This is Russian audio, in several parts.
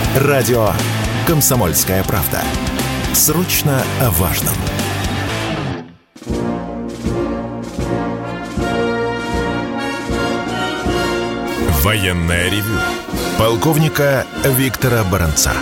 Радио «Комсомольская правда». Срочно о важном. Военное ревю полковника Виктора Баранца.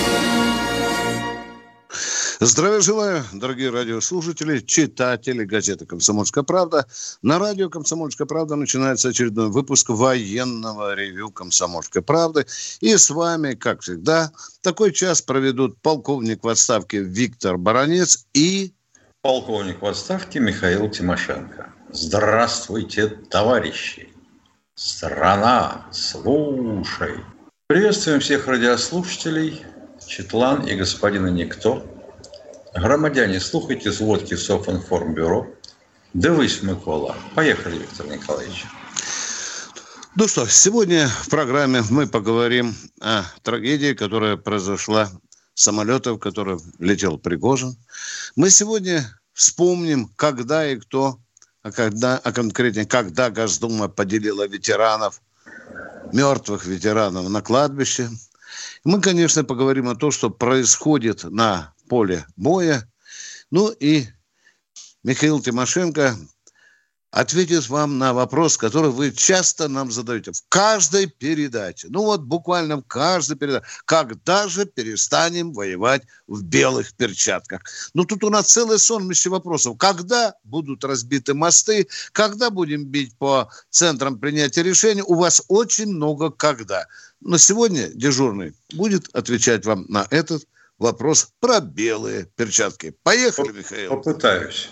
Здравия желаю, дорогие радиослушатели, читатели газеты «Комсомольская правда». На радио «Комсомольская правда» начинается очередной выпуск военного ревью «Комсомольской правды». И с вами, как всегда, такой час проведут полковник в отставке Виктор Баранец и... полковник в отставке Михаил Тимошенко. Здравствуйте, товарищи! Страна, слушай! Приветствуем всех радиослушателей, Четлан и господина Никто. Громадяне, слухайте сводки Софинформбюро. Дивись, Микола. Поехали, Виктор Николаевич. Ну что, сегодня в программе мы поговорим о трагедии, которая произошла с самолета, в котором летел Пригожин. Мы сегодня вспомним, когда и кто, а конкретнее, когда Госдума поделила ветеранов, мертвых ветеранов на кладбище. Мы, конечно, поговорим о том, что происходит на поле боя. Ну и Михаил Тимошенко ответит вам на вопрос, который вы часто нам задаете в каждой передаче. Ну вот буквально в каждой передаче. Когда же перестанем воевать в белых перчатках? Ну тут у нас целый сонмище вопросов. Когда будут разбиты мосты? Когда будем бить по центрам принятия решений? У вас очень много когда. Но сегодня дежурный будет отвечать вам на этот вопрос про белые перчатки. Поехали, Михаил. Попытаюсь.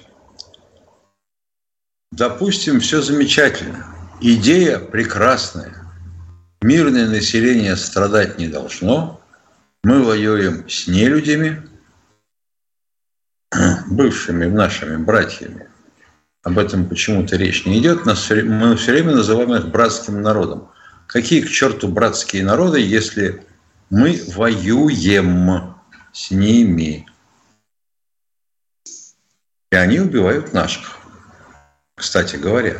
Допустим, все замечательно. Идея прекрасная. Мирное население страдать не должно. Мы воюем с нелюдями, бывшими нашими братьями. Об этом почему-то речь не идет. Мы все время называем их братским народом. Какие к черту братские народы, если мы воюем с ними? И они убивают наших. Кстати говоря,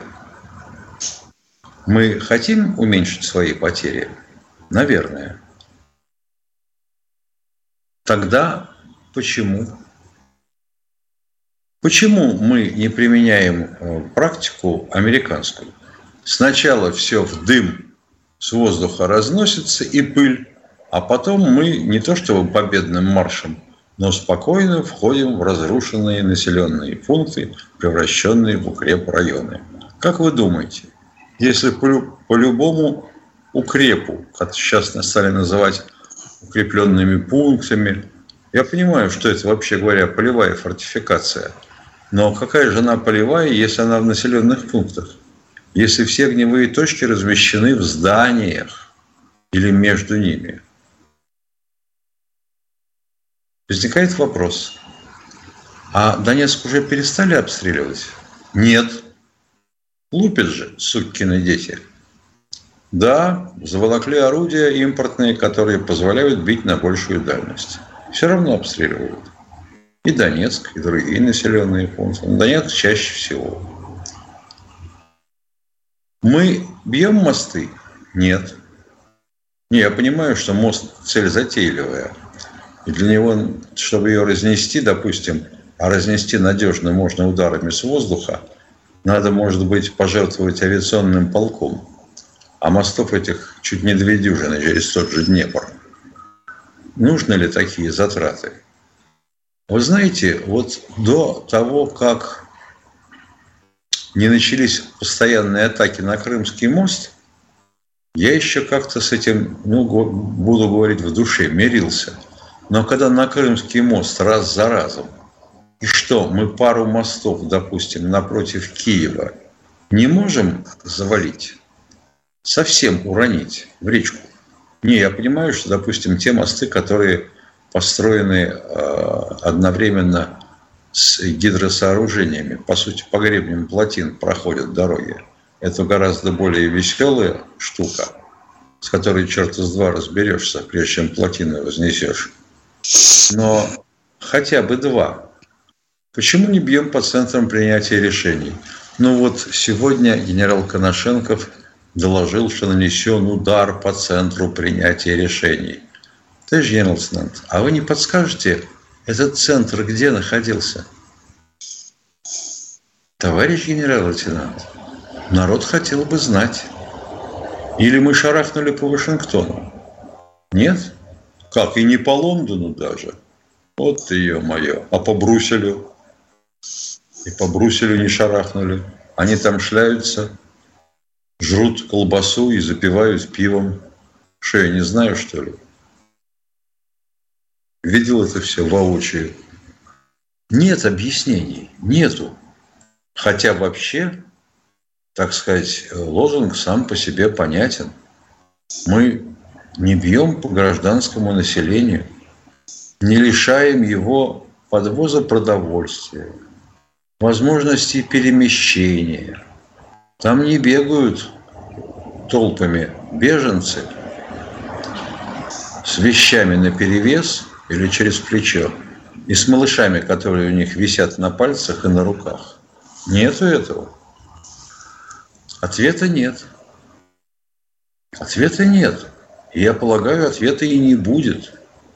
мы хотим уменьшить свои потери? Наверное. Тогда почему? Почему мы не применяем практику американскую? Сначала все в дым с воздуха разносится и пыль, а потом мы не то чтобы победным маршем, но спокойно входим в разрушенные населенные пункты, превращенные в укрепрайоны. Как вы думаете, если по любому укрепу, как сейчас стали называть укрепленными пунктами, я понимаю, что это, вообще говоря, полевая фортификация, но какая же она полевая, если она в населенных пунктах? Если все огневые точки размещены в зданиях или между ними? Возникает вопрос. А Донецк уже перестали обстреливать? Нет. Лупят же, сукины дети. Да, заволокли орудия импортные, которые позволяют бить на большую дальность. Все равно обстреливают. И Донецк, и другие населенные пункты. Но Донецк чаще всего. Мы бьем мосты? Нет. Не, я понимаю, что мост цель затейливая. И для него, чтобы ее разнести, допустим, а разнести надежно можно ударами с воздуха, надо, может быть, пожертвовать авиационным полком. А мостов этих чуть не 2 дюжины через тот же Днепр. Нужны ли такие затраты? Вы знаете, вот до того, как не начались постоянные атаки на Крымский мост, я еще как-то с этим, буду говорить в душе, мирился. Но когда на Крымский мост раз за разом, и что, мы пару мостов, допустим, напротив Киева не можем завалить, совсем уронить в речку? Не, я понимаю, что, допустим, те мосты, которые построены одновременно с гидросооружениями, по сути, по гребням плотин проходят дороги. Это гораздо более веселая штука, с которой черта с два разберешься, прежде чем плотину вознесешь. Но хотя бы 2. Почему не бьем по центрам принятия решений? Ну вот сегодня генерал Коношенков доложил, что нанесен удар по центру принятия решений. Товарищ генерал-лейтенант, а вы не подскажете, этот центр где находился? Товарищ генерал-лейтенант, народ хотел бы знать. Или мы шарахнули по Вашингтону? Нет? Как, и не по Лондону даже? Вот ты, ё-моё. А по Брюсселю? И по Брюсселю не шарахнули. Они там шляются, жрут колбасу и запивают пивом. Что, я не знаю, что ли? Видел это все воочию. Нет объяснений. Нету. Хотя вообще, так сказать, лозунг сам по себе понятен. Мы не бьем по гражданскому населению, не лишаем его подвоза продовольствия, возможности перемещения. Там не бегают толпами беженцы с вещами наперевес или через плечо и с малышами, которые у них висят на пальцах и на руках. Нету этого. Ответа нет. Ответа нет. И я полагаю, ответа и не будет.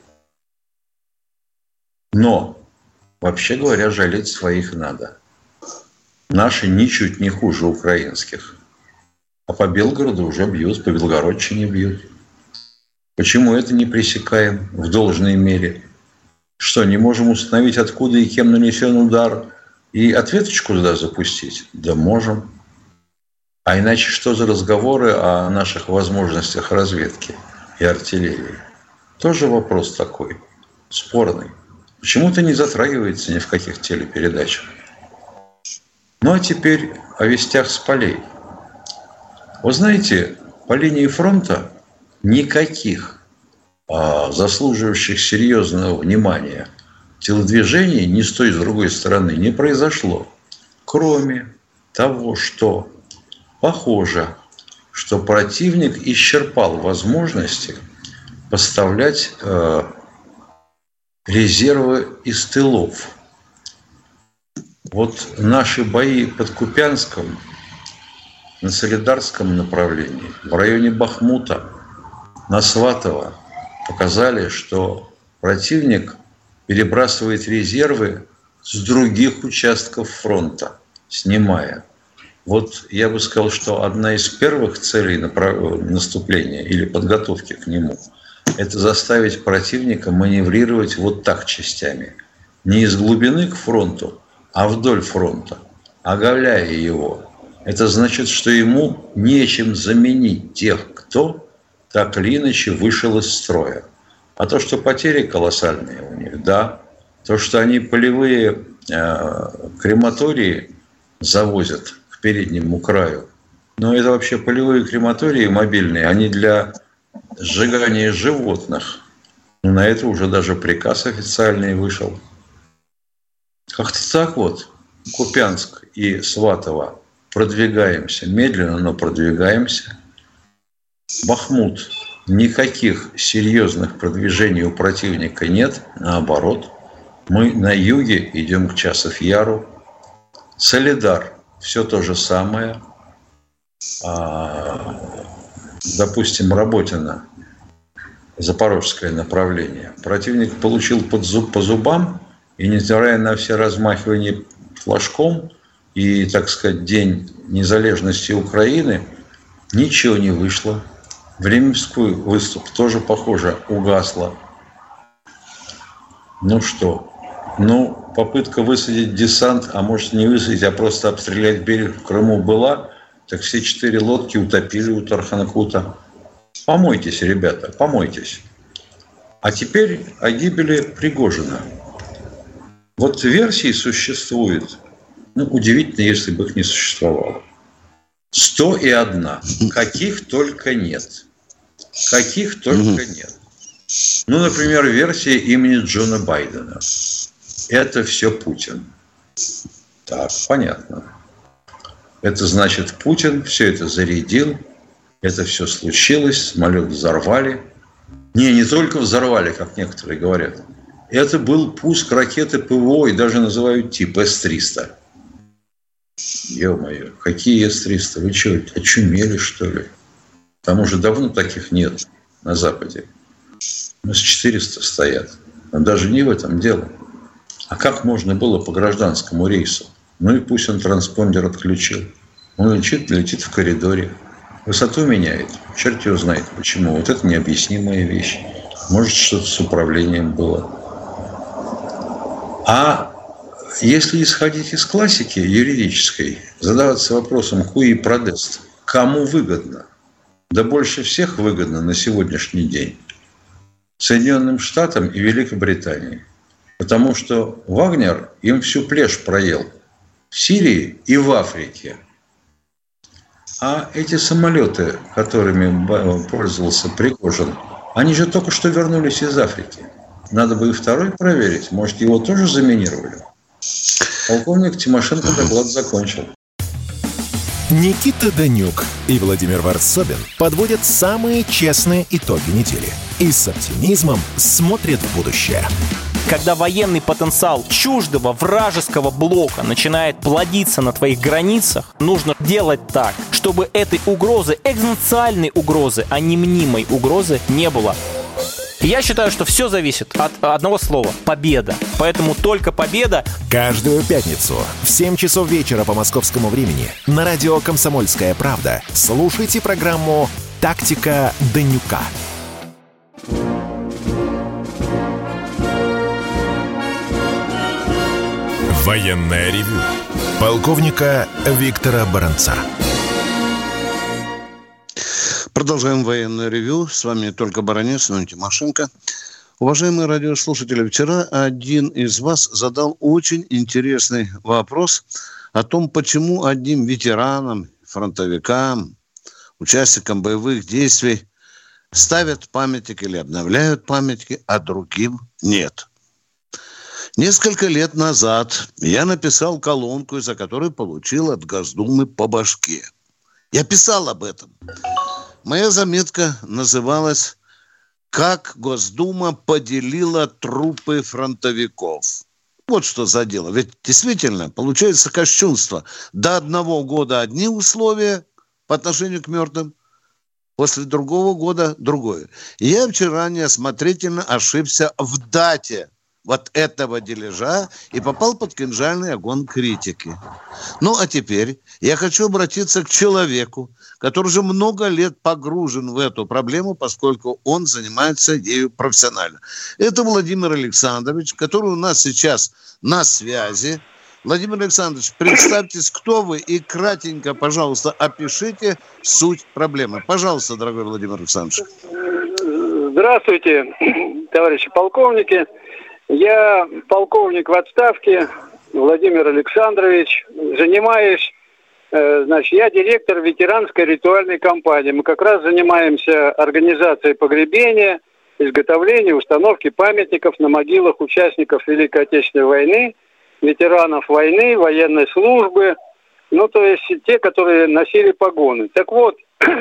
Но, вообще говоря, жалеть своих надо. Наши ничуть не хуже украинских. А по Белгороду уже бьют, по Белгородчине бьют. Почему это не пресекаем в должной мере? Что, не можем установить, откуда и кем нанесен удар, и ответочку туда запустить? Да можем. А иначе что за разговоры о наших возможностях разведки и артиллерии? Тоже вопрос такой, спорный. Почему-то не затрагивается ни в каких телепередачах. Ну а теперь о вестях с полей. Вы знаете, по линии фронта никаких заслуживающих серьезного внимания телодвижений ни с той, ни с другой стороны не произошло. Кроме того, что похоже, что противник исчерпал возможности поставлять резервы из тылов. Вот наши бои под Купянском на Солидарском направлении, в районе Бахмута, на Сватово показали, что противник перебрасывает резервы с других участков фронта, снимая. Вот я бы сказал, что одна из первых целей наступления или подготовки к нему – это заставить противника маневрировать вот так частями. Не из глубины к фронту, а вдоль фронта, оголяя его. Это значит, что ему нечем заменить тех, кто так или иначе вышел из строя. А то, что потери колоссальные у них, да. То, что они полевые крематории завозят к переднему краю. Но это вообще полевые крематории мобильные, они для сжигания животных. Но на это уже даже приказ официальный вышел. Как-то так вот, Купянск и Сватово продвигаемся, медленно, но продвигаемся. Бахмут. Никаких серьезных продвижений у противника нет, наоборот. Мы на юге идем к Часов-Яру. Солидар. Все то же самое. Допустим, Работино. Запорожское направление. Противник получил по зубам, и несмотря на все размахивания флажком и, так сказать, День незалежности Украины, ничего не вышло. Временской выступ тоже, похоже, угасло. Ну что? Ну, попытка высадить десант, а может не высадить, а просто обстрелять берег в Крыму была, так все 4 лодки утопили у Тарханкута. Помойтесь, ребята, помойтесь. А теперь о гибели Пригожина. Вот версий существует, ну, удивительно, если бы их не существовало. 101. Каких только нет. Каких только нет. Ну, например, версия имени Джона Байдена. Это все Путин. Так, понятно. Это значит, Путин все это зарядил, это все случилось, самолет взорвали. Не только взорвали, как некоторые говорят. Это был пуск ракеты ПВО, и даже называют тип С-300. Ё-моё, какие С-300? Вы что, очумели, что ли? Там уже давно таких нет на Западе. У нас 400 стоят. Но даже не в этом дело. А как можно было по гражданскому рейсу? Ну и пусть он транспондер отключил. Он летит в коридоре. Высоту меняет. Черт его знает почему. Вот это необъяснимая вещь. Может, что-то с управлением было. А если исходить из классики юридической, задаваться вопросом «cui prodest», кому выгодно? Да больше всех выгодно на сегодняшний день Соединенным Штатам и Великобритании. Потому что Вагнер им всю плешь проел в Сирии и в Африке. А эти самолеты, которыми пользовался Пригожин, они же только что вернулись из Африки. Надо бы и второй проверить. Может, его тоже заминировали? Полковник Тимошенко доклад закончил. Никита Данюк и Владимир Варсобин подводят самые честные итоги недели и с оптимизмом смотрят в будущее. Когда военный потенциал чуждого вражеского блока начинает плодиться на твоих границах, нужно делать так, чтобы этой угрозы, экзистенциальной угрозы, а не мнимой угрозы не было. Я считаю, что все зависит от одного слова – победа. Поэтому только победа. Каждую пятницу в 7 часов вечера по московскому времени на радио «Комсомольская правда» слушайте программу «Тактика Данюка». Военное ревю полковника Виктора Баранца. Продолжаем военное ревю. С вами только Баранец, но Тимошенко. Уважаемые радиослушатели, вчера один из вас задал очень интересный вопрос о том, почему одним ветеранам, фронтовикам, участникам боевых действий ставят памятники или обновляют памятники, а другим нет. Несколько лет назад я написал колонку, из-за которой получил от Госдумы по башке. Я писал об этом. Моя заметка называлась «Как Госдума поделила трупы фронтовиков». Вот что за дело. Ведь действительно получается кощунство. До 1 года одни условия по отношению к мертвым, после другого года другое. И я вчера неосмотрительно ошибся в дате вот этого дележа и попал под кинжальный огонь критики. Ну, а теперь я хочу обратиться к человеку, который уже много лет погружен в эту проблему, поскольку он занимается ею профессионально. Это Владимир Александрович, который у нас сейчас на связи. Владимир Александрович, представьтесь, кто вы, и кратенько, пожалуйста, опишите суть проблемы. Пожалуйста, дорогой Владимир Александрович. Здравствуйте, товарищи полковники. Я полковник в отставке, Владимир Александрович. Занимаюсь, я директор ветеранской ритуальной компании. Мы как раз занимаемся организацией погребения, изготовлением, установки памятников на могилах участников Великой Отечественной войны, ветеранов войны, военной службы, то есть те, которые носили погоны. Так вот,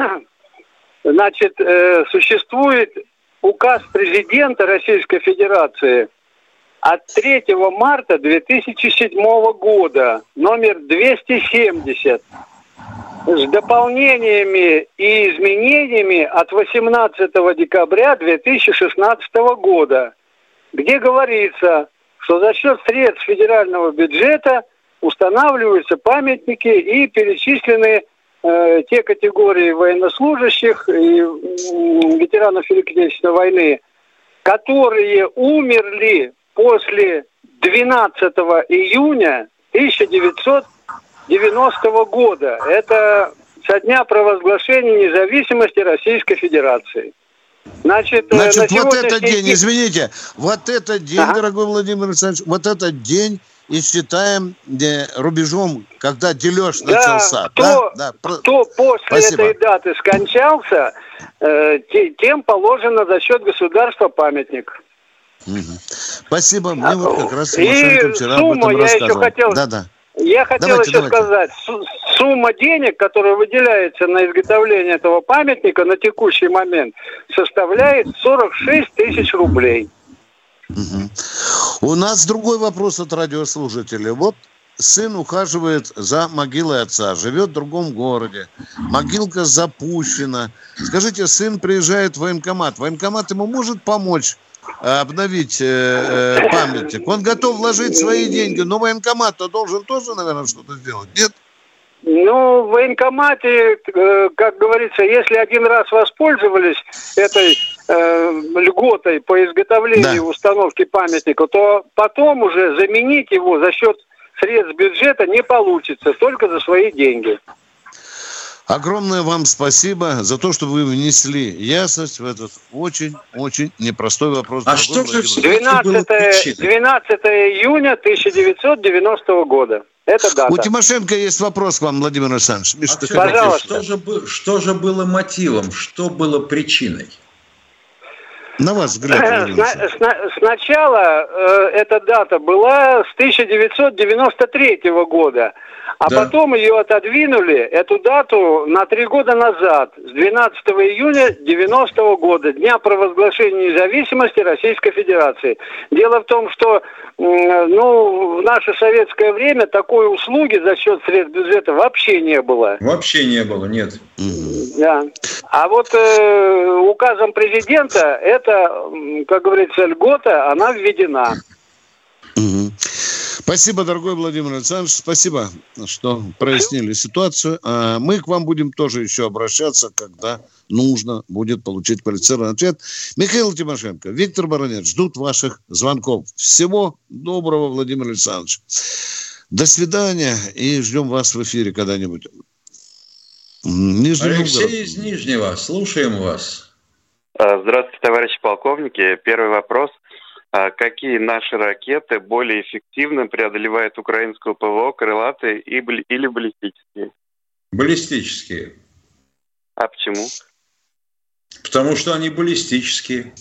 существует указ президента Российской Федерации от 3 марта 2007 года, номер 270, с дополнениями и изменениями от 18 декабря 2016 года, где говорится, что за счет средств федерального бюджета устанавливаются памятники и перечислены те категории военнослужащих и ветеранов Великой Отечественной войны, которые умерли после 12 июня 1990 года. Это со дня провозглашения независимости Российской Федерации. Значит вот этот день, извините, вот этот день, дорогой Владимир Александрович, вот этот день и считаем рубежом, когда дележ начался. Кто после этой даты скончался, тем положено за счет государства памятник. Спасибо. Мне вот как раз Тимошенко вчера об этом рассказывал. Я хотел еще сказать, сумма денег, которая выделяется на изготовление этого памятника на текущий момент, составляет 46 тысяч рублей. У нас другой вопрос от радиослушателя. Вот сын ухаживает за могилой отца, живет в другом городе, могилка запущена. Скажите, сын приезжает в военкомат. Военкомат ему может помочь обновить памятник? Он готов вложить свои деньги, но военкомат-то должен тоже, наверное, что-то сделать, нет? Ну, в военкомате, как говорится, если один раз воспользовались этой льготой по изготовлению установки памятника, то потом уже заменить его за счет средств бюджета не получится, только за свои деньги. Огромное вам спасибо за то, что вы внесли ясность в этот очень-очень непростой вопрос. А что же 12 июня 1990 года. Это дата. У Тимошенко есть вопрос к вам, Владимир Александрович. Миша, пожалуйста. Что же было мотивом? Что было причиной? На ваш взгляд. Сначала эта дата была с 1993 года, а потом ее отодвинули, эту дату, на 3 года назад, с 12 июня 90 года, Дня провозглашения независимости Российской Федерации. Дело в том, что в наше советское время такой услуги за счет средств бюджета вообще не было. Вообще не было, нет. Да. А вот указом президента эта, как говорится, льгота, она введена. Спасибо, дорогой Владимир Александрович. Спасибо, что прояснили ситуацию. Мы к вам будем тоже еще обращаться, когда нужно будет получить квалифицированный ответ. Михаил Тимошенко, Виктор Баранец ждут ваших звонков. Всего доброго, Владимир Александрович. До свидания и ждем вас в эфире когда-нибудь. Алексей из Нижнего, слушаем вас. Здравствуйте, товарищи полковники. Первый вопрос. Какие наши ракеты более эффективно преодолевают украинскую ПВО, крылатые или баллистические? Баллистические. А почему? Потому что они баллистические.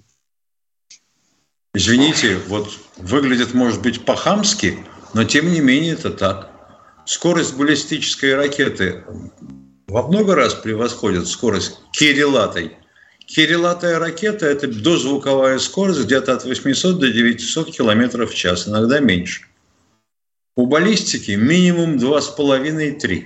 Извините, вот выглядит, может быть, по-хамски, но тем не менее это так. Скорость баллистической ракеты во много раз превосходит скорость крылатой. Крылатая ракета – это дозвуковая скорость где-то от 800 до 900 км в час, иногда меньше. У баллистики минимум 2,5-3.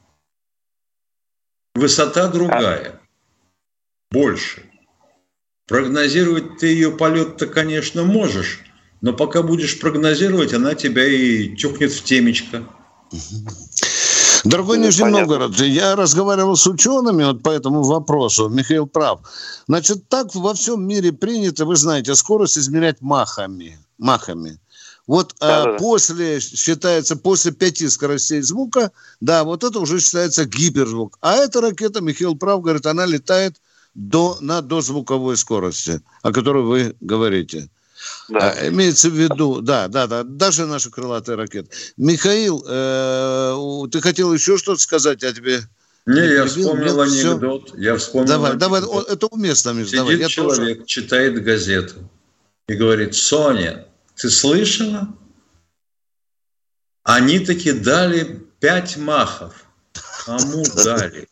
Высота другая, больше. Прогнозировать ты ее полет-то, конечно, можешь, но пока будешь прогнозировать, она тебя и тюкнет в темечко. Дорогой Нижний Новгород, я разговаривал с учеными вот по этому вопросу, Михаил прав. Значит, так во всем мире принято, вы знаете, скорость измерять махами. Вот после, считается, после 5 скоростей звука, да, вот это уже считается гиперзвук. А эта ракета, Михаил прав, говорит, она летает на дозвуковой скорости, о которой вы говорите. Да. Имеется в виду, да, даже наши крылатые ракеты. Михаил, ты хотел еще что-то сказать, я тебе... Я вспомнил анекдот. Давай, это уместно, Миш. Сидит человек, читает газету и говорит: Соня, ты слышала? Они таки дали 5 махов. Кому дали?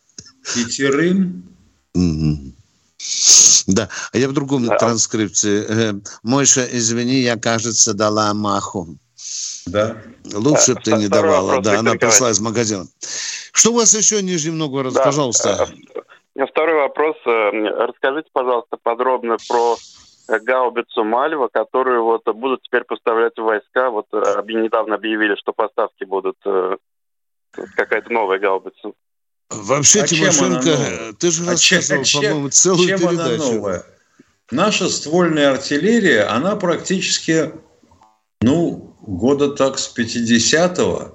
5? Да, а я в другом транскрипции. Мойша, извини, я, кажется, дала маху. Да. Лучше бы ты не давала. Вопрос, она пришла из магазина. Что у вас еще, Нижний Новгород? Да. Пожалуйста. Второй вопрос. Расскажите, пожалуйста, подробно про гаубицу «Мальва», которую вот будут теперь поставлять в войска. Вот недавно объявили, что поставки будут какая-то новая гаубица. Вообще, Тимошенко, ты же рассказывал, по-моему, целую передачу. Чем она новая? Наша ствольная артиллерия, она практически, года так с 50-го,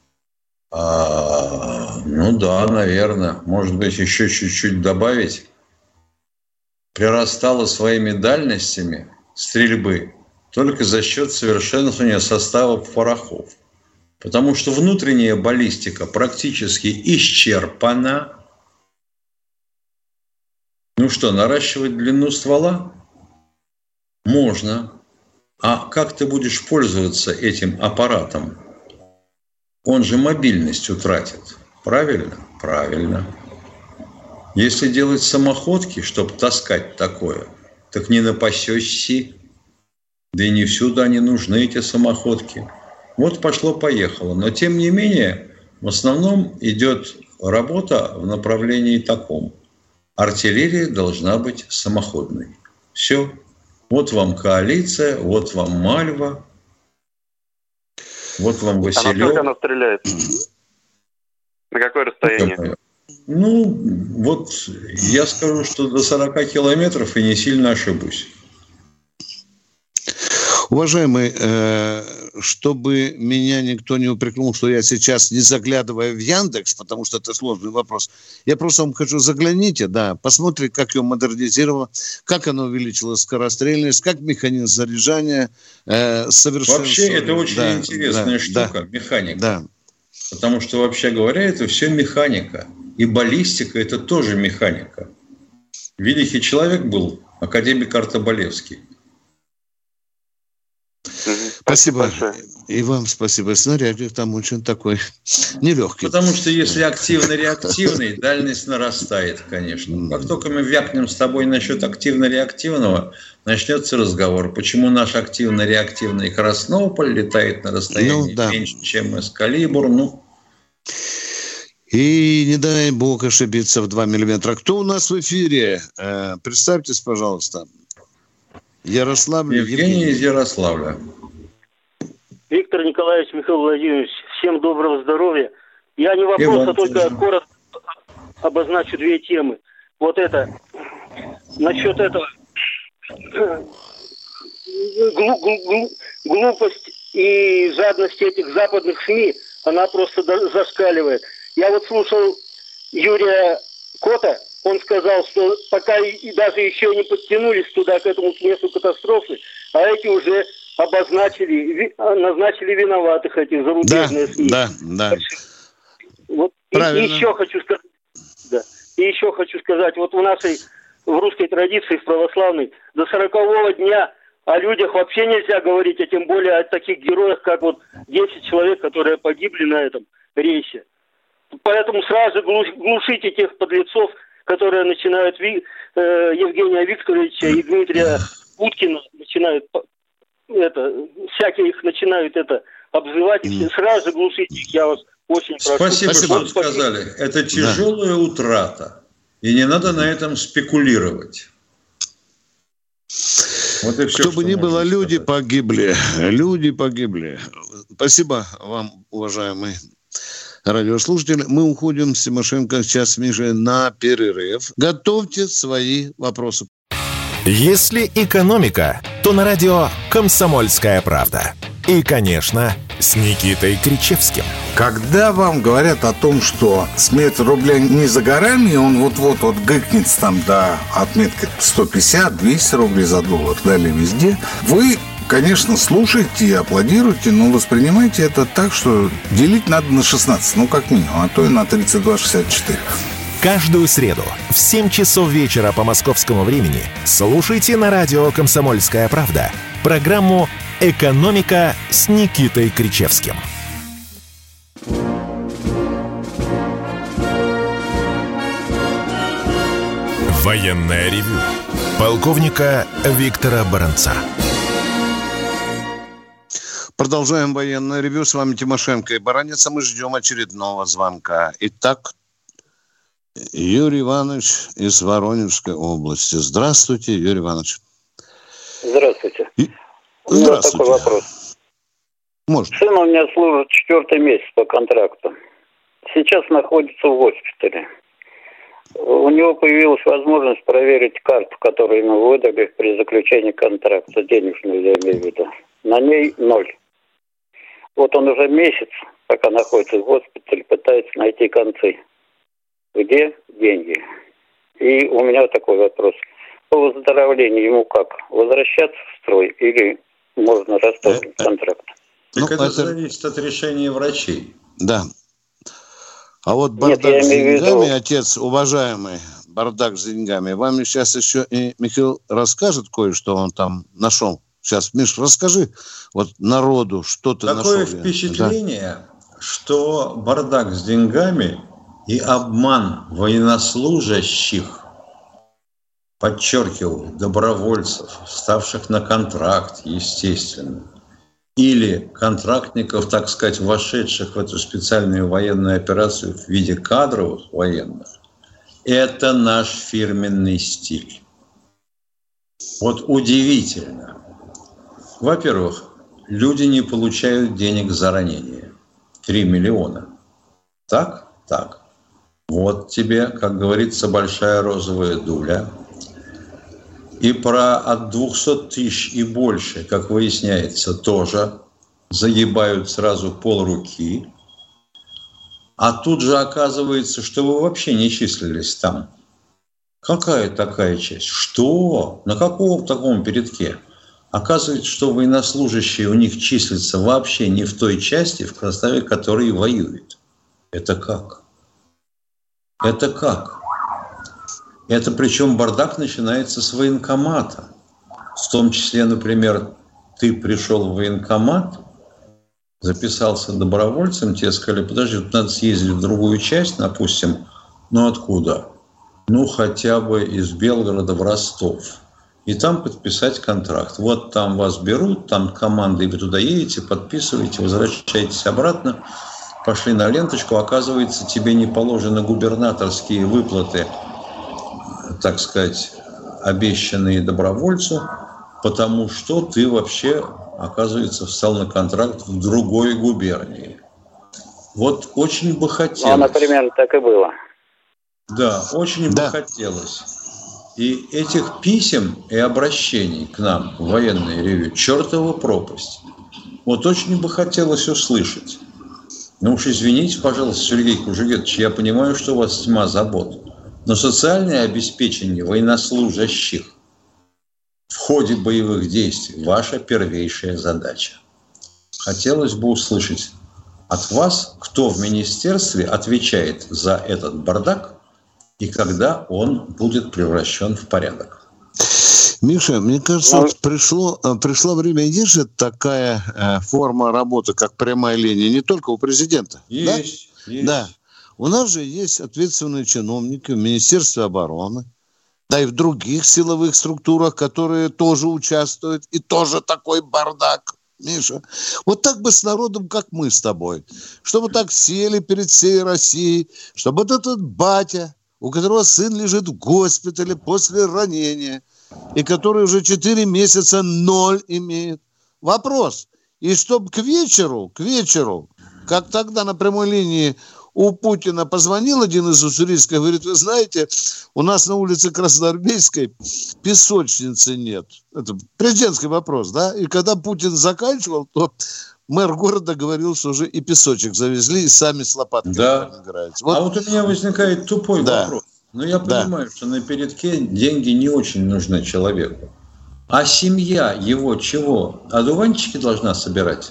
наверное, может быть, еще чуть-чуть добавить, прирастала своими дальностями стрельбы только за счет совершенствования составов порохов. Потому что внутренняя баллистика практически исчерпана. Наращивать длину ствола? Можно. А как ты будешь пользоваться этим аппаратом? Он же мобильность утратит. Правильно? Правильно. Если делать самоходки, чтобы таскать такое, так не напасешься. Да и не всюду они нужны, эти самоходки. Вот пошло-поехало. Но, тем не менее, в основном идет работа в направлении таком. Артиллерия должна быть самоходной. Все. Вот вам коалиция, вот вам Мальва, вот вам Василев. А насколько она стреляет? На какое расстояние? Ну, вот я скажу, что до 40 километров и не сильно ошибусь. Уважаемый, чтобы меня никто не упрекнул, что я сейчас не заглядываю в Яндекс, потому что это сложный вопрос, я просто вам хочу, загляните, да, посмотрите, как ее модернизировало, как она увеличила скорострельность, как механизм заряжания совершенствовали. Вообще, это очень интересная штука, механика. Да. Потому что, вообще говоря, это все механика. И баллистика – это тоже механика. Великий человек был академик Артобалевский. Спасибо. И вам спасибо. Снарядик там очень такой нелегкий. Потому что если активно-реактивный, дальность нарастает, конечно. Как только мы вякнем с тобой насчет активно-реактивного, начнется разговор. Почему наш активно-реактивный Краснополь летает на расстоянии меньше, чем Эскалибур? И не дай бог ошибиться в 2 миллиметра. Кто у нас в эфире? Представьтесь, пожалуйста. Ярославль. Евгений из Ярославля. Виктор Николаевич, Михаил Владимирович, всем доброго здоровья. Я не вопрос, а только коротко обозначу 2 темы. Вот это, насчет этого, глупость и жадность этих западных СМИ, она просто зашкаливает. Я вот слушал Юрия Кота, он сказал, что пока и даже еще не подтянулись туда, к этому месту катастрофы, а эти уже назначили виноватых этих зарубежных СМИ. Да. Вот и еще хочу сказать, вот в русской традиции, в православной, до 40-го дня о людях вообще нельзя говорить, а тем более о таких героях, как вот 10 человек, которые погибли на этом рейсе. Поэтому сразу глушите тех подлецов, которые начинают Евгения Викторовича и Дмитрия Уткина начинают всякие их начинают обзывать, и все сразу глушите их, я вас очень прошу. Спасибо, что сказали. Это тяжелая утрата, и не надо на этом спекулировать. Вот и все, что бы ни было, люди погибли. Спасибо вам, уважаемый радиослушатели. Мы уходим с Тимошенко сейчас с Мишей на перерыв. Готовьте свои вопросы. Если экономика, то на радио «Комсомольская правда». И, конечно, с Никитой Кричевским. Когда вам говорят о том, что смета рубля не за горами, и он вот-вот гыкнет там до отметки 150-200 рублей за доллар, далее везде, вы, конечно, слушаете и аплодируете, но воспринимайте это так, что делить надо на 16, как минимум, а то и на 32,64. Каждую среду в 7 часов вечера по московскому времени слушайте на радио «Комсомольская правда» программу «Экономика» с Никитой Кричевским. Военное ревю полковника Виктора Баранца. Продолжаем военное ревю. С вами Тимошенко и Баранец. Мы ждем очередного звонка. Итак, Юрий Иванович из Воронежской области. Здравствуйте, Юрий Иванович. Здравствуйте. У меня такой вопрос. Можно. Сын у меня служит 4-й месяц по контракту. Сейчас находится в госпитале. У него появилась возможность проверить карту, которую ему выдали при заключении контракта, денежную, я имею в виду. На ней 0. Вот он уже месяц, пока находится в госпитале, пытается найти концы. Где деньги? И у меня такой вопрос. По выздоровлению ему как? Возвращаться в строй или можно расторгнуть контракт? Это зависит от решения врачей. Да. А вот бардак с деньгами, отец, уважаемый, бардак с деньгами, вам сейчас еще и Михаил расскажет кое-что он там нашел. Сейчас, Миш, расскажи вот народу, что ты нашел. Такое впечатление, что бардак с деньгами и обман военнослужащих, подчеркиваю, добровольцев, ставших на контракт, естественно, или контрактников, так сказать, вошедших в эту специальную военную операцию в виде кадровых военных, это наш фирменный стиль. Вот удивительно. Во-первых, люди не получают денег за ранение. 3 миллиона. Так? Так. Вот тебе, как говорится, большая розовая дуля. И про от 200 тысяч и больше, как выясняется, тоже заебают сразу полруки. А тут же оказывается, что вы вообще не числились там. Какая такая часть? Что? На каком таком передке? Оказывается, что военнослужащие у них числятся вообще не в той части, в составе которой воюют. Это как? Это как? Это причем бардак начинается с военкомата. В том числе, например, ты пришел в военкомат, записался добровольцем, тебе сказали, подожди, тут надо съездить в другую часть, допустим. Ну откуда? Ну хотя бы из Белгорода в Ростов. И там подписать контракт. Вот там вас берут, там командой вы туда едете, подписываете, возвращаетесь обратно. Пошли на ленточку, оказывается, тебе не положены губернаторские выплаты, так сказать, обещанные добровольцу, потому что ты вообще, оказывается, встал на контракт в другой губернии. Вот очень бы хотелось. Ну, например, так и было. Да, очень бы хотелось. И этих писем и обращений к нам в военное ревью чертова пропасть. Вот очень бы хотелось услышать. Ну уж извините, пожалуйста, Сергей Кужугетович, я понимаю, что у вас тьма забот. Но социальное обеспечение военнослужащих в ходе боевых действий – ваша первейшая задача. Хотелось бы услышать от вас, кто в министерстве отвечает за этот бардак и когда он будет превращен в порядок. Миша, мне кажется, пришло время. Есть же такая форма работы, как прямая линия, не только у президента. Есть, да? Есть. Да. У нас же есть ответственные чиновники в Министерстве обороны, да и в других силовых структурах, которые тоже участвуют, и тоже такой бардак, Миша. Вот так бы с народом, как мы с тобой, чтобы так сели перед всей Россией, чтобы вот этот батя, у которого сын лежит в госпитале после ранения, и который уже 4 месяца 0 имеет. Вопрос. И чтобы к вечеру, как тогда на прямой линии у Путина позвонил один из уссурийских, говорит, вы знаете, у нас на улице Красноармейской песочницы нет. Это президентский вопрос, да? И когда Путин заканчивал, то мэр города говорил, что уже и песочек завезли, и сами с лопатками играются. Вот. А вот у меня возникает тупой вопрос. Но я понимаю, что на передке деньги не очень нужны человеку. А семья его чего? Одуванчики должна собирать?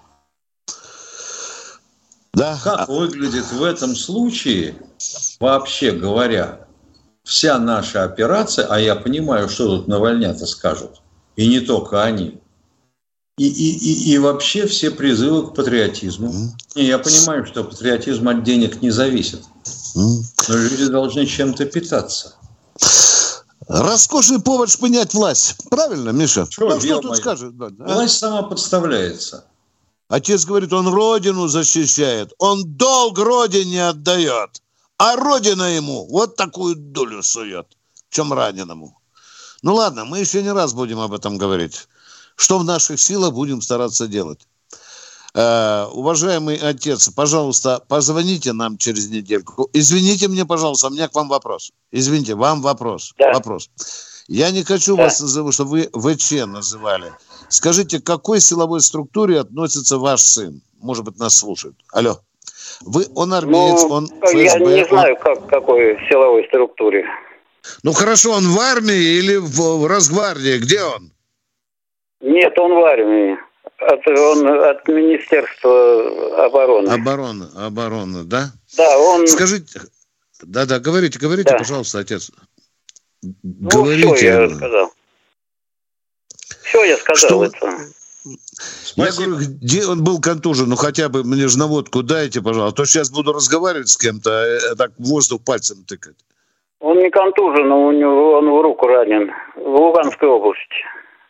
Да. Как выглядит в этом случае, вообще говоря, вся наша операция, а я понимаю, что тут навальнята скажут, и не только они, и вообще все призывы к патриотизму. И я понимаю, что патриотизм от денег не зависит. Но люди должны чем-то питаться. Роскошный повод шпынять власть. Правильно, Миша? Что тут скажешь? Власть сама подставляется. Отец говорит, он родину защищает. Он долг родине отдает. А родина ему вот такую долю сует, чем раненому. Ну ладно, мы еще не раз будем об этом говорить. Что в наших силах, будем стараться делать. Уважаемый отец, пожалуйста, позвоните нам через недельку. Извините мне, пожалуйста, у меня к вам вопрос. Извините, вам вопрос. Да. Вопрос. Я не хочу вас называть, чтобы вы ВЧ называли. Скажите, к какой силовой структуре относится ваш сын? Может быть, нас слушают. Алло. Он армеец, он ФСБ. Я не знаю, к какой силовой структуре. Ну хорошо, он в армии или в Росгвардии? Где он? Нет, он в армии. Он от Министерства обороны. Обороны, да? Да, он... Скажите, говорите, пожалуйста, отец. Говорите. Все, я сказал. Все, я сказал. Что... это. Спасибо. Я говорю, где он был контужен? Ну, хотя бы мне же наводку дайте, пожалуйста. А то сейчас буду разговаривать с кем-то, так в воздух пальцем тыкать. Он не контужен, он в руку ранен. В Луганской области.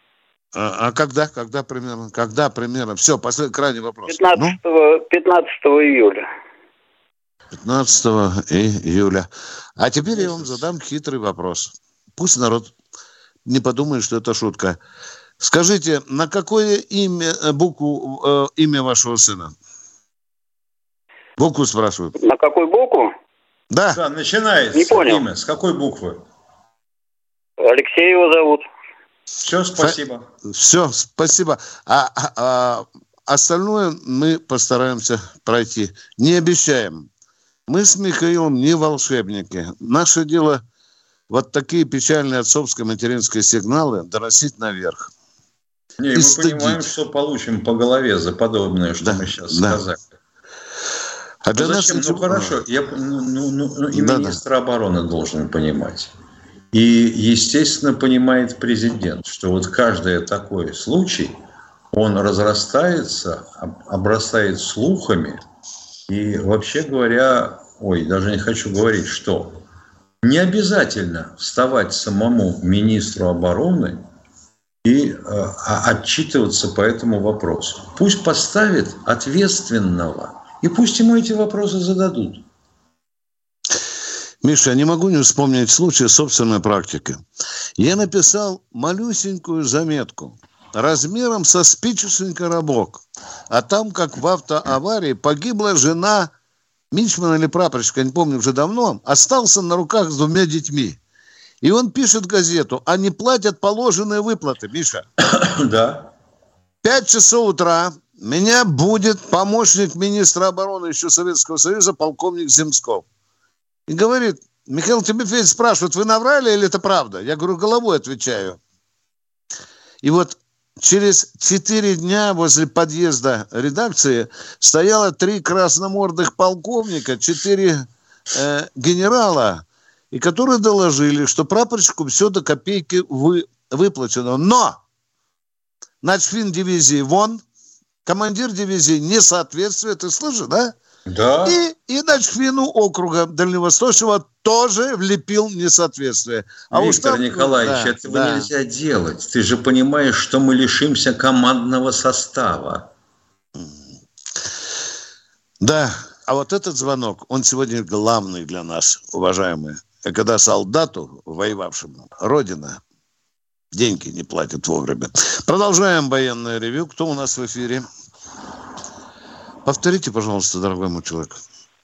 А когда примерно? Когда примерно? Все, последний, крайний вопрос. 15 июля. 15 июля. А теперь я вам задам хитрый вопрос. Пусть народ не подумает, что это шутка. Скажите, на какое букву имя вашего сына? Букву спрашивают. На какую букву? Да. Да, начинается. Не понял. Имя. С какой буквы? Алексей его зовут. Все, спасибо. Все, спасибо. А остальное мы постараемся пройти. Не обещаем. Мы с Михаилом не волшебники. Наше дело вот такие печальные отцовско-материнские сигналы доносить наверх. Не, мы понимаем, что получим по голове за подобное, что мы сейчас сказали. А для нас... Ну, хорошо, и министр обороны должен понимать. И, естественно, понимает президент, что вот каждый такой случай, он разрастается, обрастает слухами. И, вообще говоря, даже не хочу говорить, что не обязательно вставать самому министру обороны и отчитываться по этому вопросу. Пусть поставит ответственного, и пусть ему эти вопросы зададут. Миша, я не могу не вспомнить случай собственной практики. Я написал малюсенькую заметку размером со спичечный коробок. А там, как в автоаварии, погибла жена мичмана или прапорщика, не помню, уже давно, остался на руках с 2 детьми. И он пишет в газету, они платят положенные выплаты, Миша. Да. 5 часов утра меня будет помощник министра обороны еще Советского Союза, полковник Земсков. И говорит, Михаил Тимофеевич спрашивает, вы наврали или это правда? Я говорю, головой отвечаю. И вот через 4 дня возле подъезда редакции стояло 3 красномордых полковника, 4 генерала, и которые доложили, что прапорщику все до копейки выплачено. Но начфин дивизии вон, командир дивизии несоответствие, ты слышишь, да? Да. И начфину округа Дальневосточного тоже влепил несоответствие. Виктор Николаевич, этого нельзя делать. Ты же понимаешь, что мы лишимся командного состава. Да, а вот этот звонок, он сегодня главный для нас, уважаемые. Когда солдату, воевавшему, Родина деньги не платит вовремя. Продолжаем военное ревью. Кто у нас в эфире? Повторите, пожалуйста, дорогой мой человек.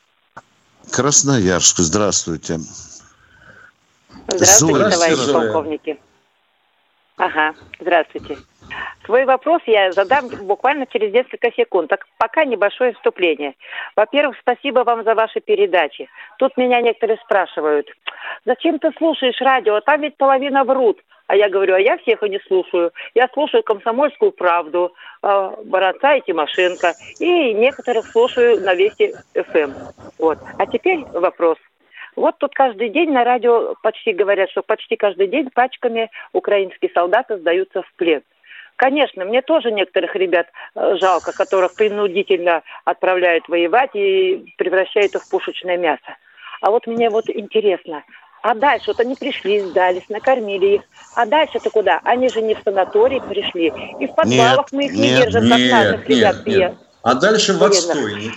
Красноярск, здравствуйте. Здравствуйте, товарищи полковники. Ага, здравствуйте. Свой вопрос я задам буквально через несколько секунд. Так, пока небольшое вступление. Во-первых, спасибо вам за ваши передачи. Тут меня некоторые спрашивают, зачем ты слушаешь радио? Там ведь половина врут. А я говорю, а я всех и не слушаю. Я слушаю «Комсомольскую правду», Баранца и Тимошенко. И некоторых слушаю на Вести ФМ. Вот. А теперь вопрос. Вот тут каждый день на радио почти говорят, что почти каждый день пачками украинские солдаты сдаются в плен. Конечно, мне тоже некоторых ребят жалко, которых принудительно отправляют воевать и превращают их в пушечное мясо. А вот мне вот интересно, а дальше вот они пришли, сдались, накормили их. А дальше-то куда? Они же не в санаторий пришли. И в подвалах мы их не держим, как наших ребят. Нет. А дальше в отстойник.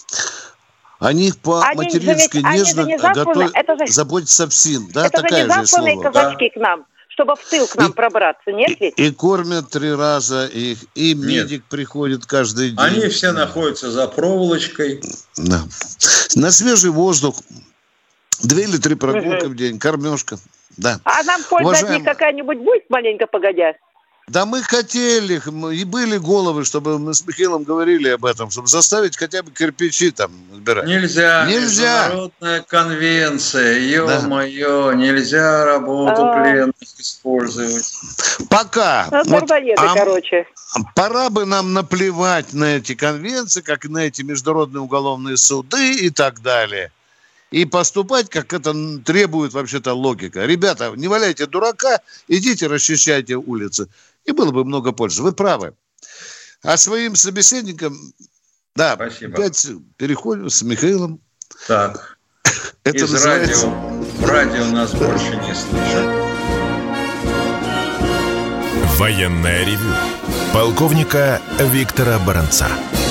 Они по-матерински нежно заботятся всем. Да, это такая же не засланные казачки к нам, чтобы в тыл к нам пробраться, нет ведь? И кормят 3 раза их, и медик приходит каждый день. Они все находятся за проволочкой. Да. На свежий воздух. 2 или 3 прогулки в день, кормежка. Да. А нам польза от них какая-нибудь будет маленько погодя? Да мы хотели, и были головы, чтобы мы с Михаилом говорили об этом, чтобы заставить хотя бы кирпичи там собирать. Нельзя. Международная конвенция, ё-моё, нельзя работу пленных использовать. Пока. Короче. Пора бы нам наплевать на эти конвенции, как и на эти международные уголовные суды и так далее. И поступать, как это требует вообще-то логика. Ребята, не валяйте дурака, идите расчищайте улицы. И было бы много пользы. Вы правы. А своим собеседникам, да, спасибо. Опять переходим с Михаилом. Так, это из радио нас больше не слышат. Военное ревю полковника Виктора Баранца.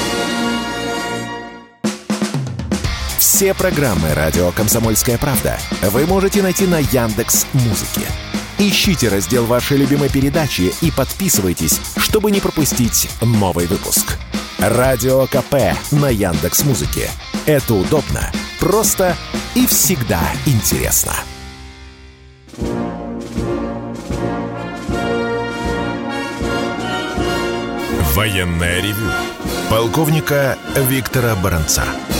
Все программы «Радио Комсомольская правда» вы можете найти на Яндекс.Музыке. Ищите раздел вашей любимой передачи и подписывайтесь, чтобы не пропустить новый выпуск. Радио КП на Яндекс.Музыке. Это удобно, просто и всегда интересно. Военное ревю полковника Виктора Баранца.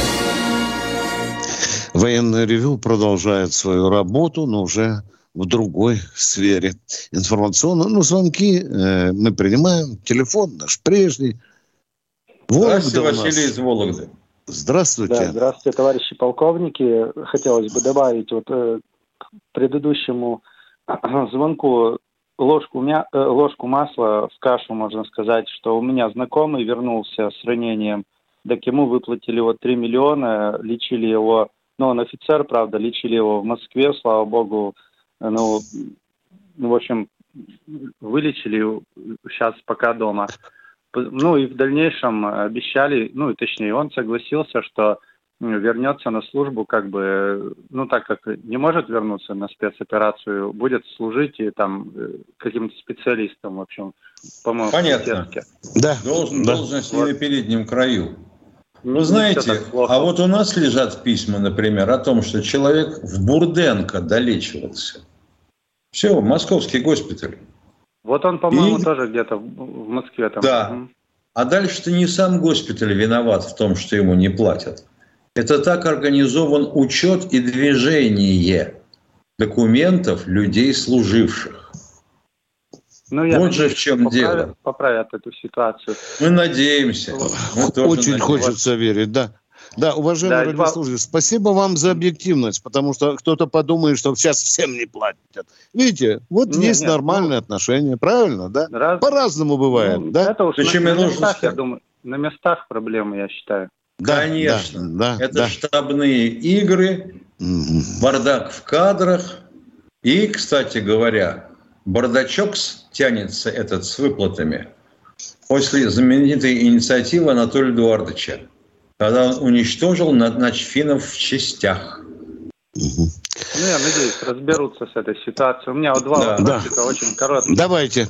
Военное ревю продолжает свою работу, но уже в другой сфере информационной. Ну, звонки мы принимаем. Телефон наш прежний. Здравствуйте, Василий из Вологды. Здравствуйте. Да, здравствуйте, товарищи полковники. Хотелось бы добавить вот к предыдущему звонку ложку масла в кашу, можно сказать, что у меня знакомый вернулся с ранением, так ему выплатили 3 миллиона, лечили его, он офицер, правда, лечили его в Москве, слава богу, в общем, вылечили, сейчас пока дома. И в дальнейшем обещали, точнее, он согласился, что вернется на службу, так как не может вернуться на спецоперацию, будет служить и там каким-то специалистом, в общем, по-моему. Понятно. Да. Должность не на переднем краю. Вы знаете, а вот у нас лежат письма, например, о том, что человек в Бурденко долечивался. Все, московский госпиталь. Вот он, по-моему, тоже где-то в Москве там. Да. А дальше-то не сам госпиталь виноват в том, что ему не платят. Это так организован учет и движение документов людей, служивших. Вот же в чем дело. Поправят эту ситуацию. Мы надеемся. Очень хочется верить, да. Да, уважаемые радиослушатели, спасибо вам за объективность, потому что кто-то подумает, что сейчас всем не платят. Видите, есть нормальные отношения, правильно, да? По-разному бывает, да? Это уж на местах, я думаю, на местах проблемы, я считаю. Да, конечно. Это штабные игры, бардак в кадрах. И, кстати говоря, бардачок тянется этот с выплатами после знаменитой инициативы Анатолия Эдуардовича, когда он уничтожил начфинов в частях. Я надеюсь, разберутся с этой ситуацией. У меня два вопросика очень короткие. Давайте.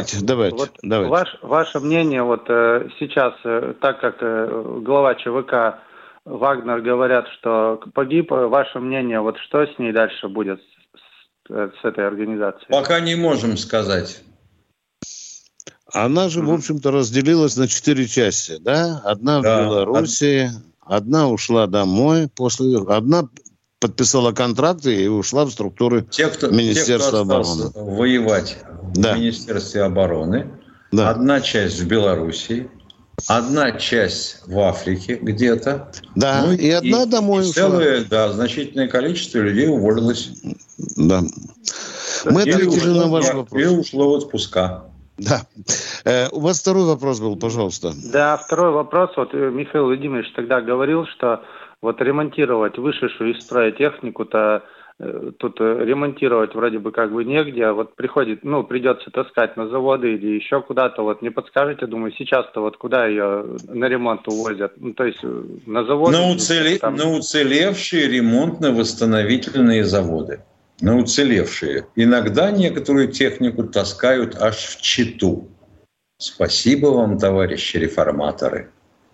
Ваше мнение, сейчас, так как глава ЧВК Вагнер говорят, что погиб, ваше мнение, что с ней дальше будет, с этой организацией? Пока не можем сказать. Она же, в общем-то, разделилась на 4 части, да? Одна в Белоруссии, одна ушла домой, одна подписала контракты и ушла в структуры Министерства обороны. Воевать в Министерстве обороны. Да. Одна часть в Белоруссии, одна часть в Африке где-то. Да, и одна домой ушла. Целое, значительное количество людей уволилось. Да. Мы ответили на ваш вопрос. И ушло в отпуска. Да. У вас второй вопрос был, пожалуйста. Да, второй вопрос. Михаил Владимирович тогда говорил, что ремонтировать вышедшую из строя технику-то тут ремонтировать вроде бы негде, придется таскать на заводы или еще куда-то. Не подскажете, думаю, сейчас-то куда ее на ремонт увозят? То есть на заводы? На уцелевшие ремонтно-восстановительные заводы. На уцелевшие. Иногда некоторую технику таскают аж в Читу. Спасибо вам, товарищи реформаторы.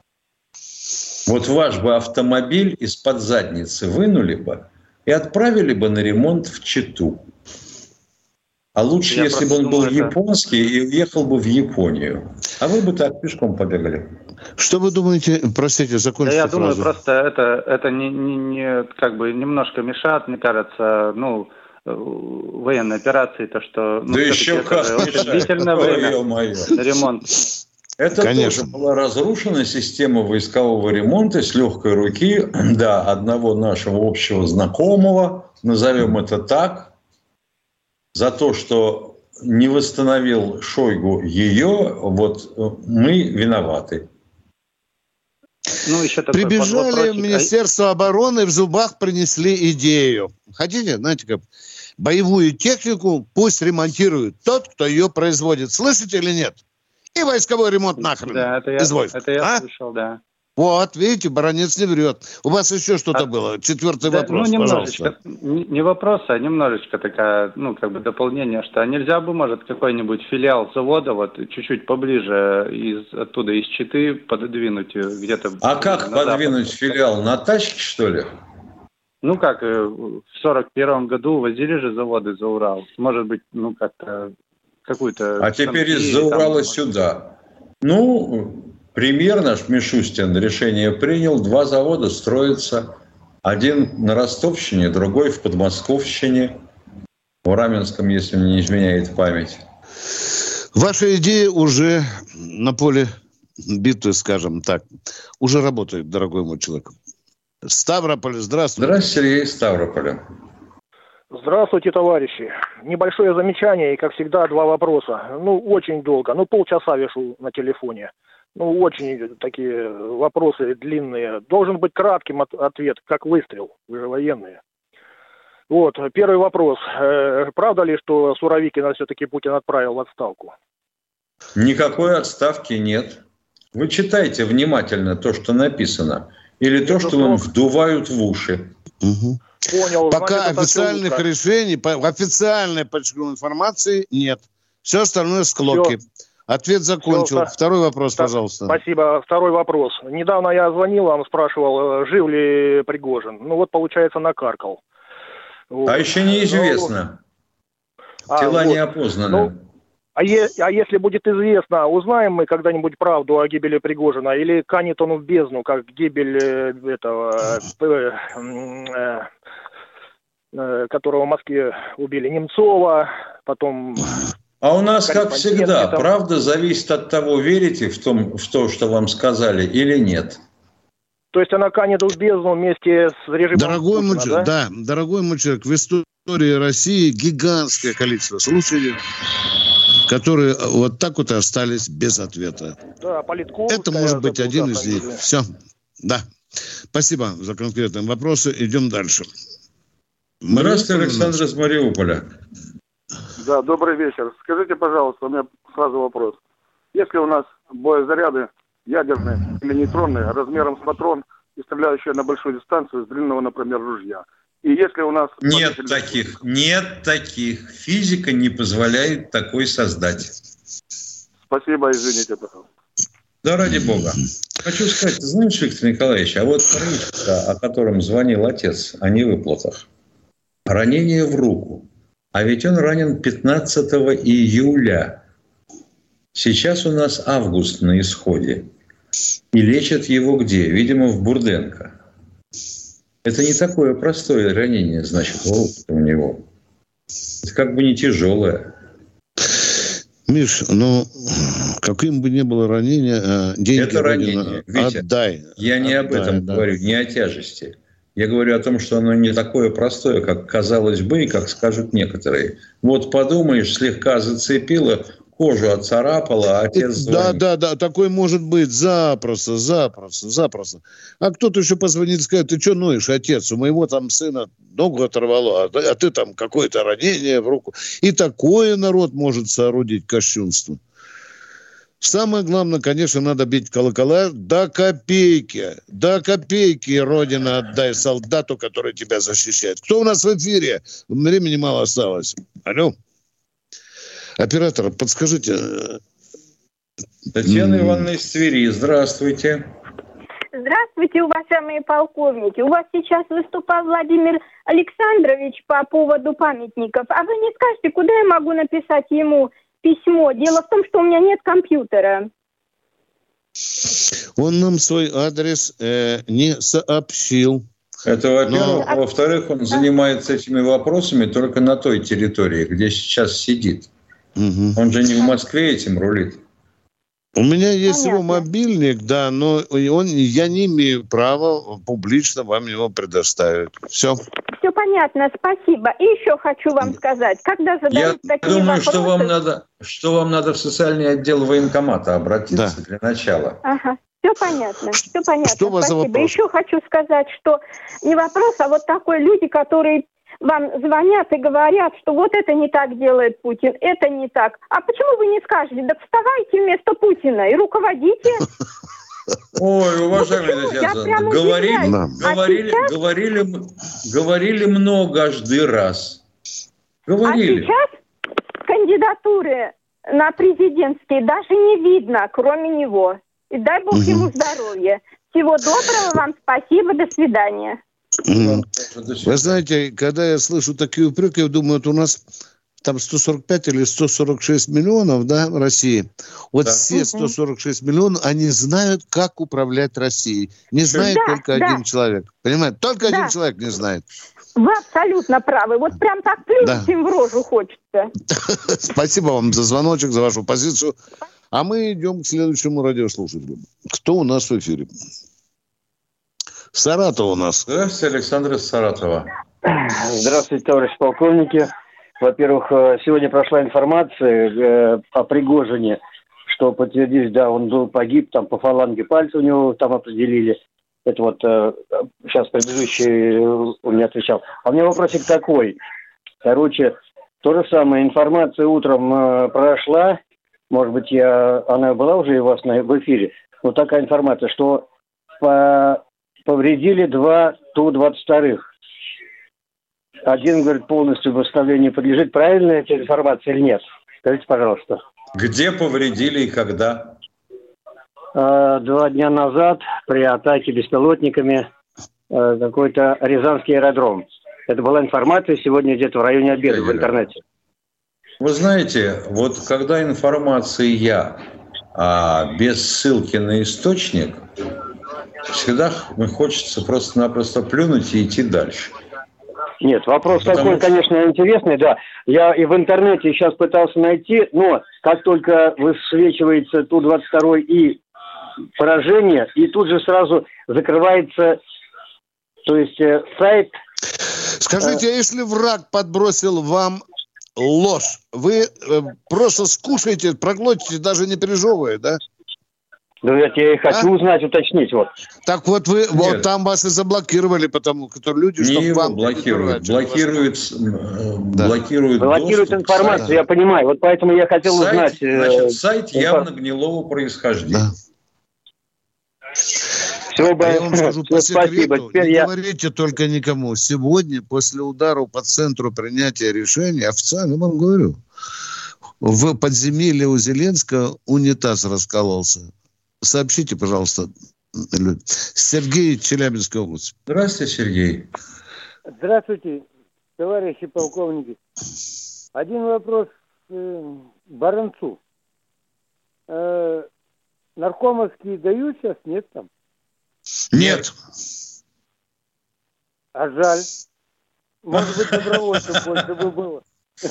Ваш бы автомобиль из-под задницы вынули бы и отправили бы на ремонт в Читу. А лучше, если бы он был японский и уехал бы в Японию. А вы бы так пешком побегали. Что вы думаете, простите, закончите фразу? Я думаю, просто это немножко мешает, мне кажется, военной операции-то, что... Да еще как мешает, длительное время ремонт. Это тоже была разрушена система войскового ремонта с легкой руки, одного нашего общего знакомого, назовем это так, за то, что не восстановил Шойгу ее, мы виноваты. Прибежали в Министерство обороны, в зубах принесли идею. Хотите, знаете, как Боевую технику пусть ремонтирует тот, кто ее производит. Слышите или нет? И войсковой ремонт нахрен. Да, это я слышал, да. Вот, видите, баронец не врет. У вас еще что-то было? Четвертый вопрос, немножечко, пожалуйста. Не вопрос, а немножечко такая, дополнение, что нельзя бы, может, какой-нибудь филиал завода вот чуть-чуть поближе оттуда из Читы пододвинуть где-то... А как подвинуть филиал? На тачке, что ли? В 41-м году возили же заводы за Урал. Может быть, как-то какую-то... А теперь из-за Урала сюда. Примерно Мишустин решение принял. 2 завода строятся. Один на Ростовщине, другой в Подмосковщине. В Раменском, если мне не изменяет память. Ваша идея уже на поле битвы, скажем так, уже работает, дорогой мой человек. Ставрополь, здравствуйте. Здравствуйте, Сергей, Ставрополя. Здравствуйте, товарищи. Небольшое замечание и, как всегда, 2 вопроса. Очень долго. полчаса вешу на телефоне. Очень такие вопросы длинные. Должен быть кратким ответ, как выстрел. Вы же военные. Первый вопрос. Правда ли, что Суровикина все-таки Путин отправил в отставку? Никакой отставки нет. Вы читайте внимательно то, что написано. Или то, что вам вдувают в уши. Угу. Понял. Пока официальных решений, официальной информации нет. Все остальное склоки. Все. Ответ закончил. Второй вопрос, пожалуйста. Спасибо. Второй вопрос. Недавно я звонил вам, спрашивал, жив ли Пригожин. получается, накаркал. А еще неизвестно. Тела не опознаны. А если будет известно, узнаем мы когда-нибудь правду о гибели Пригожина? Или канет он в бездну, как гибель которого в Москве убили, Немцова, потом... А у нас, как всегда, правда зависит от того, верите в то, что вам сказали, или нет. То есть она канет в бездну вместе с режимом дорогой Путина, да? Дорогой мой человек, в истории России гигантское количество случаев, которые вот так вот и остались без ответа. Да, Политковская. Это может быть один из них. Все. Да. Спасибо за конкретные вопросы. Идем дальше. Здравствуйте, Александр из Мариуполя. Да, добрый вечер. Скажите, пожалуйста, у меня сразу вопрос. Если у нас боезаряды ядерные или нейтронные, размером с патрон и стреляющие на большую дистанцию с длинного, например, ружья, и если у нас... Нет таких. Физика не позволяет такой создать. Спасибо, извините, пожалуйста. Да ради бога. Хочу сказать, знаешь, Виктор Николаевич, а вот Рычка, о котором звонил отец, о невыплатах, ранение в руку. А ведь он ранен 15 июля. Сейчас у нас август на исходе. И лечат его где? Видимо, в Бурденко. Это не такое простое ранение, значит, у него. Это как бы не тяжелое. Миш, каким бы ни было ранение, деньги это ранение, Витя, отдай. Я не об этом говорю, не о тяжести. Я говорю о том, что оно не такое простое, как казалось бы, и как скажут некоторые. Вот подумаешь, слегка зацепило, кожу отцарапало, а отец звонит. Да, такой может быть запросто. А кто-то еще позвонит и скажет: ты что ноешь, отец? У моего там сына ногу оторвало, а ты там какое-то ранение в руку. И такое народ может соорудить кощунство. Самое главное, конечно, надо бить колокола до копейки. До копейки, Родина, отдай солдату, который тебя защищает. Кто у нас в эфире? Времени мало осталось. Алло. Оператор, подскажите. Татьяна Ивановна из Твери, здравствуйте. Здравствуйте, уважаемые полковники. У вас сейчас выступал Владимир Александрович по поводу памятников. А вы не скажете, куда я могу написать ему письмо? Дело в том, что у меня нет компьютера. Он нам свой адрес не сообщил. Это во-первых. А во-вторых, он занимается этими вопросами только на той территории, где сейчас сидит. Угу. Он же не в Москве этим рулит. У меня есть его мобильник, да, но я не имею права публично вам его предоставить. Все. Все понятно, спасибо. И еще хочу вам сказать, когда задают такие думаю, вопросы... что вам надо в социальный отдел военкомата обратиться для начала. Ага. Все понятно. Что у вас за спасибо. вопрос? Еще хочу сказать, что не вопрос, а вот такой люди, которые вам звонят и говорят, что вот это не так делает Путин, это не так. А почему вы не скажете, да вставайте вместо Путина и руководите? Ой, уважаемый Татьяна, говорили многожды раз. Говорили. А сейчас кандидатуры на президентские даже не видно, кроме него. И дай Бог ему здоровья. Всего доброго вам, спасибо, до свидания. Вы знаете, когда я слышу такие упреки, я думаю, вот у нас там 145 или 146 миллионов, да, в России. Вот все 146 миллионов, они знают, как управлять Россией. Не знает только один человек. Понимаете? Только один человек не знает. Вы абсолютно правы. Вот прям так плюнуть им в рожу хочется. Спасибо вам за звоночек, за вашу позицию. А мы идем к следующему радиослушателю. Кто у нас в эфире? Саратов у нас. Здравствуйте, Александр из Саратова. Здравствуйте, товарищи полковники. Во-первых, сегодня прошла информация о Пригожине, что подтвердились, да, он был погиб, там по фаланге пальца у него там определили. Это вот сейчас предыдущий у меня отвечал. А у меня вопросик такой. Короче, то же самое, информация утром прошла, может быть, она была уже у вас в эфире, но такая информация, что повредили 2 Ту-22. Один, говорит, полностью восстановлению подлежит. Правильно эта информация или нет? Скажите, пожалуйста. Где повредили и когда? 2 дня назад при атаке беспилотниками какой-то Рязанский аэродром. Это была информация сегодня где-то в районе обеда в интернете. Вы знаете, вот когда информация без ссылки на источник, всегда хочется просто-напросто плюнуть и идти дальше. Нет, вопрос такой, конечно, интересный, да. Я и в интернете сейчас пытался найти, но как только высвечивается Ту-22 и поражение, и тут же сразу закрывается, то есть сайт... Скажите, а если враг подбросил вам ложь, вы просто скушаете, проглотите, даже не пережевывая, да? Да я и хочу узнать, уточнить. Вот. Так вот вы, вот там вас и заблокировали, потому что люди, не чтобы вам... блокируют Блокируют информацию, я понимаю. Вот поэтому я хотел узнать... Значит, сайт явно гнилого происхождения. Да. Я вам скажу по секрету, не говорите только никому. Сегодня, после удара по центру принятия решений, официально вам говорю, в подземелье у Зеленского унитаз раскололся. Сообщите, пожалуйста, Сергей, Челябинская область. Здравствуйте, Сергей. Здравствуйте, товарищи полковники. Один вопрос Баранцу. Наркомовские дают сейчас, нет там? Нет. А жаль. Может быть, добровольцев больше бы было.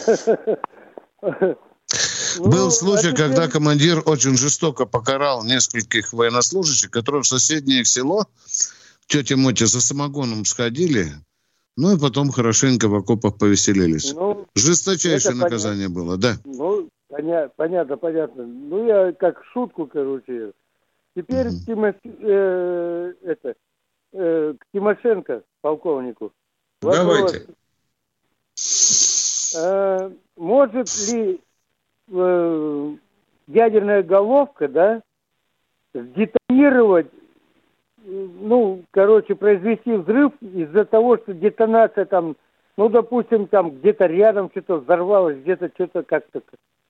Был случай, когда командир очень жестоко покарал нескольких военнослужащих, которые в соседнее село к тете Моте за самогоном сходили, ну и потом хорошенько в окопах повеселились. Жесточайшее наказание было, да. Ну, понятно. Ну, я как шутку, короче. Теперь к Тимошенко, полковнику. Давайте. Может ли ядерная головка, да, сдетонировать, произвести взрыв из-за того, что детонация там, допустим, там где-то рядом что-то взорвалось, где-то что-то как-то.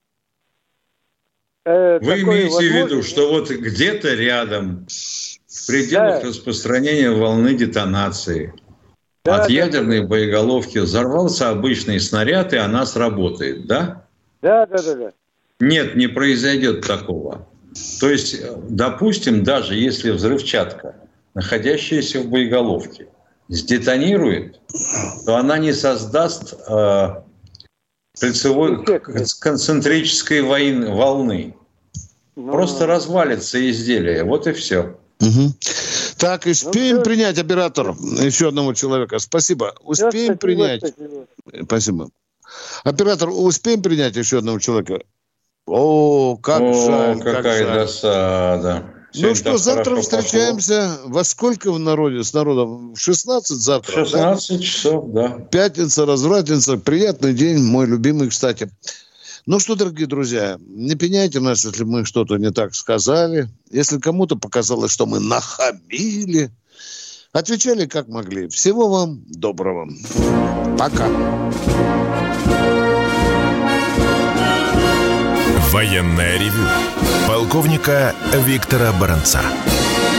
Вы имеете в виду, что вот где-то рядом, в пределах распространения волны детонации, от ядерной боеголовки взорвался обычный снаряд, и она сработает, да? Да. Нет, не произойдет такого. То есть, допустим, даже если взрывчатка, находящаяся в боеголовке, сдетонирует, то она не создаст кольцевой концентрической волны. Просто развалится изделие. Вот и все. Угу. Так, успеем принять, оператор, еще одного человека. Спасибо. Успеем принять. Спасибо. Оператор, успеем принять еще одного человека? О, как жаль. Какая досада. Ну что, завтра встречаемся. Во сколько с народом? В 16 завтра? 16 часов, да. Пятница, развратница. Приятный день, мой любимый, кстати. Ну что, дорогие друзья, не пеняйте нас, если мы что-то не так сказали. Если кому-то показалось, что мы нахамили, отвечали как могли. Всего вам доброго. Пока. Военное ревю полковника Виктора Баранца.